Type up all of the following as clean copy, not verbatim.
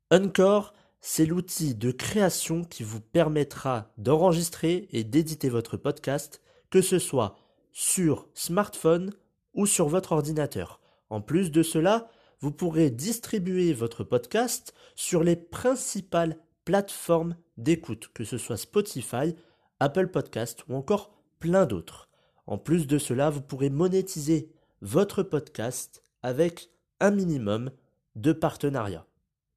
Anchor, c'est l'outil de création qui vous permettra d'enregistrer et d'éditer votre podcast, que ce soit sur smartphone ou sur votre ordinateur. En plus de cela, vous pourrez distribuer votre podcast sur les principales plateformes d'écoute, que ce soit Spotify, Apple Podcast ou encore plein d'autres. En plus de cela, vous pourrez monétiser votre podcast avec un minimum de partenariats.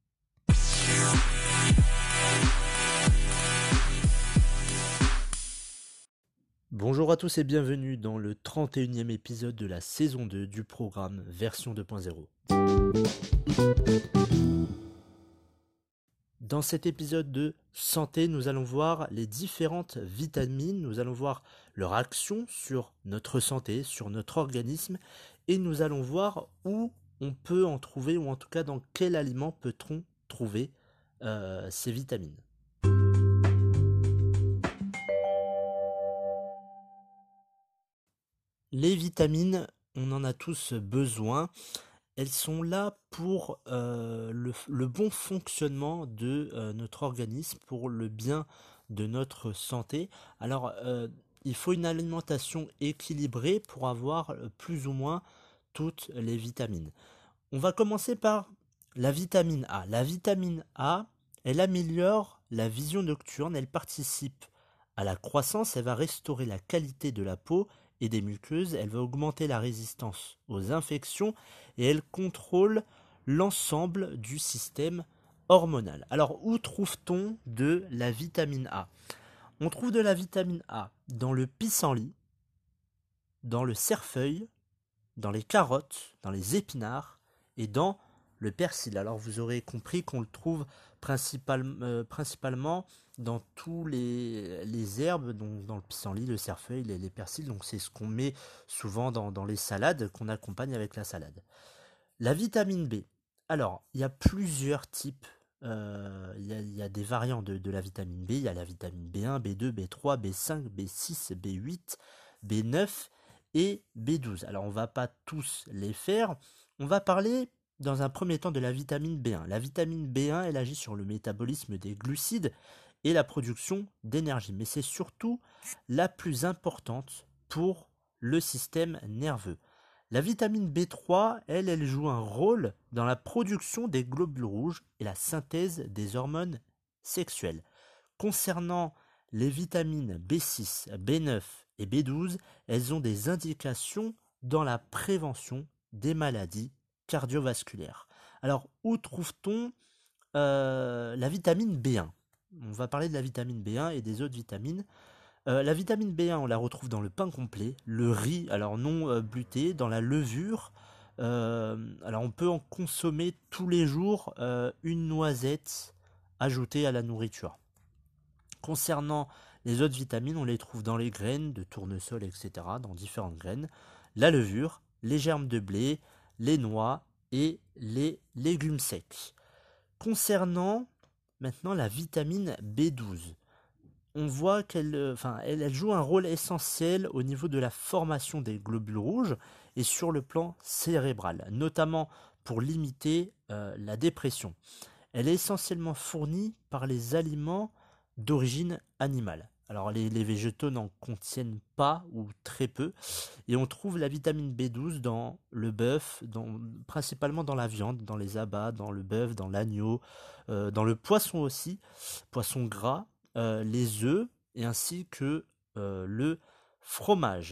Bonjour à tous et bienvenue dans le 31e épisode de la saison 2 du programme Version 2.0. Dans cet épisode de santé, nous allons voir les différentes vitamines, nous allons voir leur action sur notre santé, sur notre organisme, et nous allons voir où on peut en trouver, ou en tout cas dans quel aliment peut-on trouver ces vitamines. Les vitamines, on en a tous besoin. Elles sont là pour le bon fonctionnement de notre organisme, pour le bien de notre santé. Alors, il faut une alimentation équilibrée pour avoir plus ou moins toutes les vitamines. On va commencer par la vitamine A. La vitamine A, elle améliore la vision nocturne, elle participe à la croissance, elle va restaurer la qualité de la peau et des muqueuses, elle va augmenter la résistance aux infections et elle contrôle l'ensemble du système hormonal. Alors, où trouve-t-on de la vitamine A? On trouve de la vitamine A dans le pissenlit, dans le cerfeuil, dans les carottes, dans les épinards et dans le persil. Alors vous aurez compris qu'on le trouve principalement dans tous les herbes, donc dans le pissenlit, le cerfeuil, les persils. Donc c'est ce qu'on met souvent dans les salades, qu'on accompagne avec la salade. La vitamine B. Alors, il y a plusieurs types. Il y a des variants de la vitamine B. Il y a la vitamine B1, B2, B3, B5, B6, B8, B9 et B12. Alors, on ne va pas tous les faire. On va parler dans un premier temps de la vitamine B1. La vitamine B1, elle agit sur le métabolisme des glucides et la production d'énergie. Mais c'est surtout la plus importante pour le système nerveux. La vitamine B3, elle joue un rôle dans la production des globules rouges et la synthèse des hormones sexuelles. Concernant les vitamines B6, B9 et B12, elles ont des indications dans la prévention des maladies cardiovasculaires. Alors, où trouve-t-on la vitamine B1? On va parler de la vitamine B1 et des autres vitamines. La vitamine B1, on la retrouve dans le pain complet, le riz, alors non bleuté, dans la levure. Alors on peut en consommer tous les jours une noisette ajoutée à la nourriture. Concernant les autres vitamines, on les trouve dans les graines de tournesol, etc., dans différentes graines, la levure, les germes de blé, les noix et les légumes secs. Concernant maintenant la vitamine B12, on voit elle joue un rôle essentiel au niveau de la formation des globules rouges et sur le plan cérébral, notamment pour limiter la dépression. Elle est essentiellement fournie par les aliments d'origine animale. Alors les végétaux n'en contiennent pas ou très peu, et on trouve la vitamine B12 dans le bœuf, principalement dans la viande, dans les abats, dans le bœuf, dans l'agneau, dans le poisson aussi, poisson gras, les œufs et ainsi que le fromage.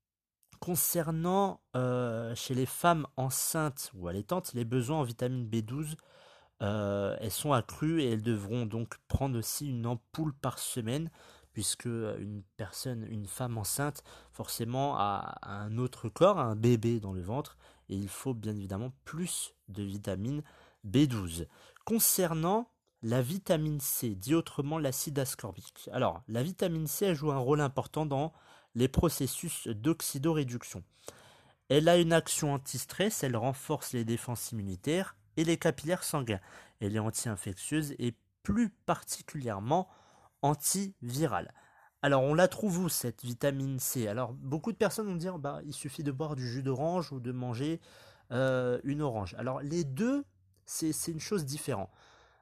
Concernant chez les femmes enceintes ou allaitantes, les besoins en vitamine B12, elles sont accrues et elles devront donc prendre aussi une ampoule par semaine, puisque une femme enceinte, forcément a un autre corps, a un bébé dans le ventre, et il faut bien évidemment plus de vitamine B12. Concernant la vitamine C, dit autrement l'acide ascorbique. Alors, la vitamine C elle joue un rôle important dans les processus d'oxydoréduction. Elle a une action anti-stress, elle renforce les défenses immunitaires et les capillaires sanguins. Elle est anti-infectieuse et plus particulièrement antivirale. Alors on la trouve où cette vitamine C? Alors beaucoup de personnes vont dire il suffit de boire du jus d'orange ou de manger une orange. Alors les deux, c'est une chose différente.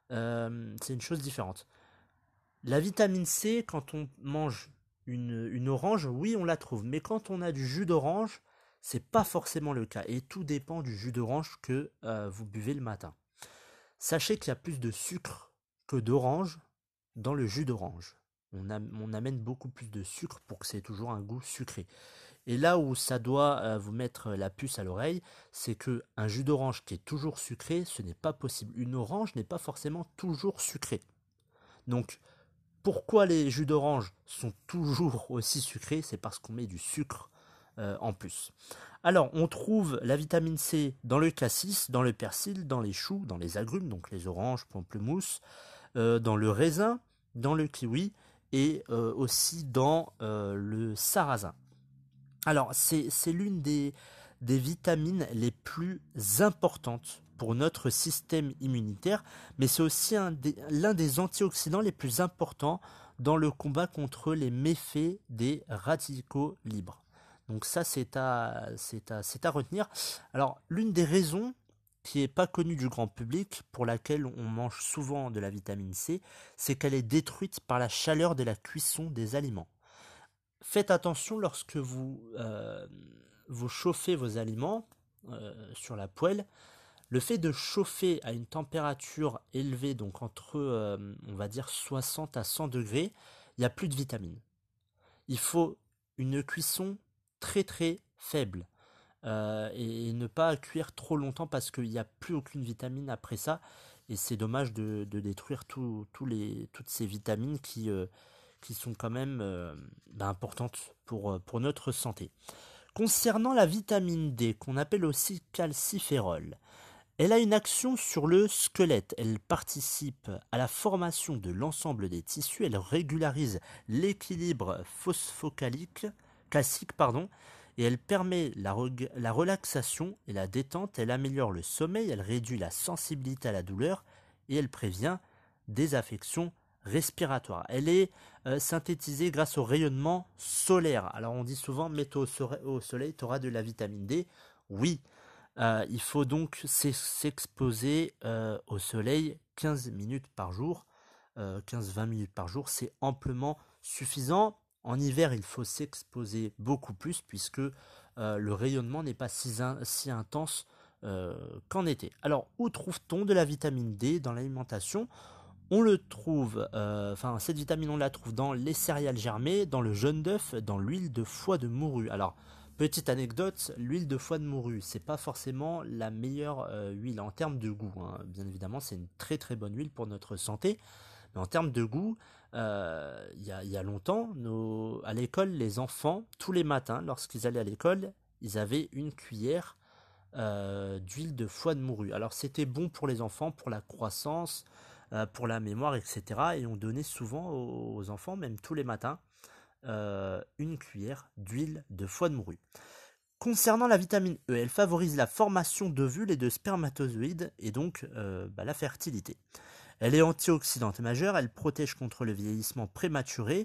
c'est une chose différente. La vitamine C, quand on mange une orange, oui, on la trouve. Mais quand on a du jus d'orange, c'est pas forcément le cas. Et tout dépend du jus d'orange que vous buvez le matin. Sachez qu'il y a plus de sucre que d'orange dans le jus d'orange. On amène beaucoup plus de sucre pour que c'est toujours un goût sucré. Et là où ça doit vous mettre la puce à l'oreille, c'est que un jus d'orange qui est toujours sucré, ce n'est pas possible. Une orange n'est pas forcément toujours sucrée. Donc, pourquoi les jus d'orange sont toujours aussi sucrés? C'est parce qu'on met du sucre en plus. Alors, on trouve la vitamine C dans le cassis, dans le persil, dans les choux, dans les agrumes, donc les oranges, pamplemousse, dans le raisin, dans le kiwi et aussi dans le sarrasin. Alors, c'est l'une des vitamines les plus importantes pour notre système immunitaire, mais c'est aussi l'un des antioxydants les plus importants dans le combat contre les méfaits des radicaux libres. Donc ça, c'est à retenir. Alors, l'une des raisons qui n'est pas connue du grand public, pour laquelle on mange souvent de la vitamine C, c'est qu'elle est détruite par la chaleur de la cuisson des aliments. Faites attention lorsque vous chauffez vos aliments sur la poêle. Le fait de chauffer à une température élevée, donc entre, on va dire, 60 à 100 degrés, il n'y a plus de vitamines. Il faut une cuisson très très faible et ne pas cuire trop longtemps parce qu'il n'y a plus aucune vitamine après ça. Et c'est dommage de détruire toutes ces vitamines qui sont quand même importantes pour notre santé. Concernant la vitamine D, qu'on appelle aussi calciférol, elle a une action sur le squelette. Elle participe à la formation de l'ensemble des tissus. Elle régularise l'équilibre classique, et elle permet la relaxation et la détente. Elle améliore le sommeil, elle réduit la sensibilité à la douleur et elle prévient des affections respiratoires. Elle est synthétisée grâce au rayonnement solaire. Alors on dit souvent, mets-toi au soleil, tu auras de la vitamine D. Oui, il faut donc s'exposer au soleil 15 minutes par jour. 15-20 minutes par jour, c'est amplement suffisant. En hiver, il faut s'exposer beaucoup plus puisque le rayonnement n'est pas si intense qu'en été. Alors, où trouve-t-on de la vitamine D dans l'alimentation? On le trouve, cette vitamine, on la trouve dans les céréales germées, dans le jaune d'œuf, dans l'huile de foie de morue. Alors, petite anecdote, l'huile de foie de morue, c'est pas forcément la meilleure huile en termes de goût, hein. Bien évidemment, c'est une très très bonne huile pour notre santé. Mais en termes de goût, il y a longtemps, à l'école, les enfants, tous les matins, lorsqu'ils allaient à l'école, ils avaient une cuillère d'huile de foie de morue. Alors c'était bon pour les enfants, pour la croissance, pour la mémoire, etc. Et on donnait souvent aux enfants, même tous les matins, une cuillère d'huile de foie de morue. Concernant la vitamine E, elle favorise la formation d'ovules et de spermatozoïdes et donc la fertilité. Elle est antioxydante majeure, elle protège contre le vieillissement prématuré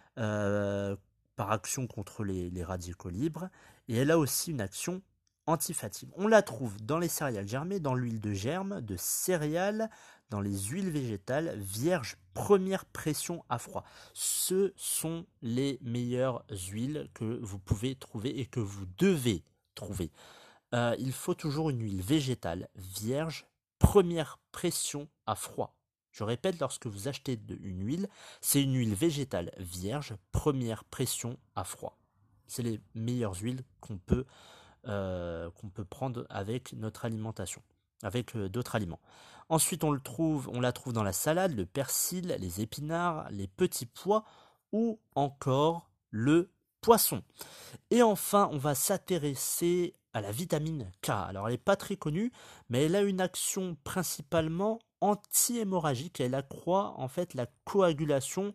par action contre les radicaux libres et elle a aussi une action antifatigue. On la trouve dans les céréales germées, dans l'huile de germe, de céréales, dans les huiles végétales vierges première pression à froid. Ce sont les meilleures huiles que vous pouvez trouver et que vous devez trouver. Il faut toujours une huile végétale vierge première pression à froid. Je répète, lorsque vous achetez une huile, c'est une huile végétale vierge première pression à froid. C'est les meilleures huiles qu'on peut prendre avec notre alimentation, avec d'autres aliments. Ensuite, on la trouve dans la salade, le persil, les épinards, les petits pois ou encore le poisson. Et enfin, on va s'intéresser à la vitamine K. Alors, elle n'est pas très connue, mais elle a une action principalement anti-hémorragique. Elle accroît en fait la coagulation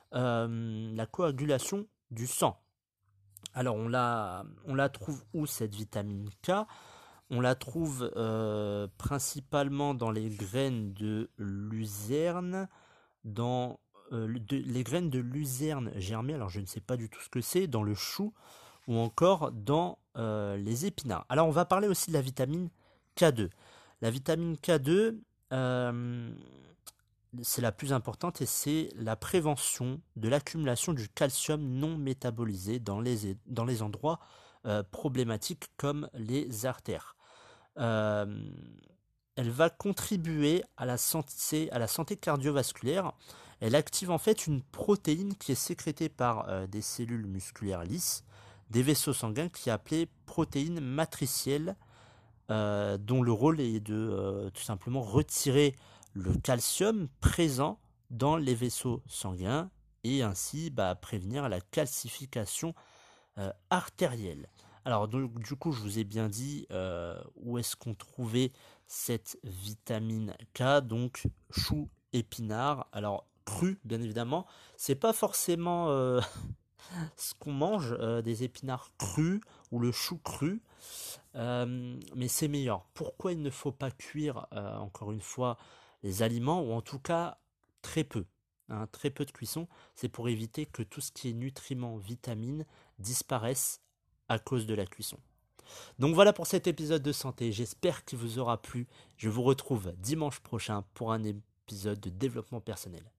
du sang. Alors, on la trouve où cette vitamine K? On la trouve principalement dans les graines de luzerne, les graines de luzerne germées, alors je ne sais pas du tout ce que c'est, dans le chou ou encore dans les épinards. Alors on va parler aussi de la vitamine K2. La vitamine K2, c'est la plus importante et c'est la prévention de l'accumulation du calcium non métabolisé dans les endroits problématiques comme les artères. Euh, Elle va contribuer à la santé cardiovasculaire. Elle active en fait une protéine qui est sécrétée par des cellules musculaires lisses, des vaisseaux sanguins qui est appelée protéine matricielle, dont le rôle est de tout simplement retirer le calcium présent dans les vaisseaux sanguins et ainsi prévenir la calcification artérielle. Alors donc, du coup, je vous ai bien dit où est-ce qu'on trouvait cette vitamine K, donc chou épinard. Alors cru, bien évidemment, c'est pas forcément ce qu'on mange, des épinards crus ou le chou cru, mais c'est meilleur. Pourquoi il ne faut pas cuire, encore une fois, les aliments, ou en tout cas très peu, hein, très peu de cuisson, c'est pour éviter que tout ce qui est nutriments, vitamines disparaissent à cause de la cuisson. Donc voilà pour cet épisode de santé, j'espère qu'il vous aura plu. Je vous retrouve dimanche prochain pour un épisode de développement personnel.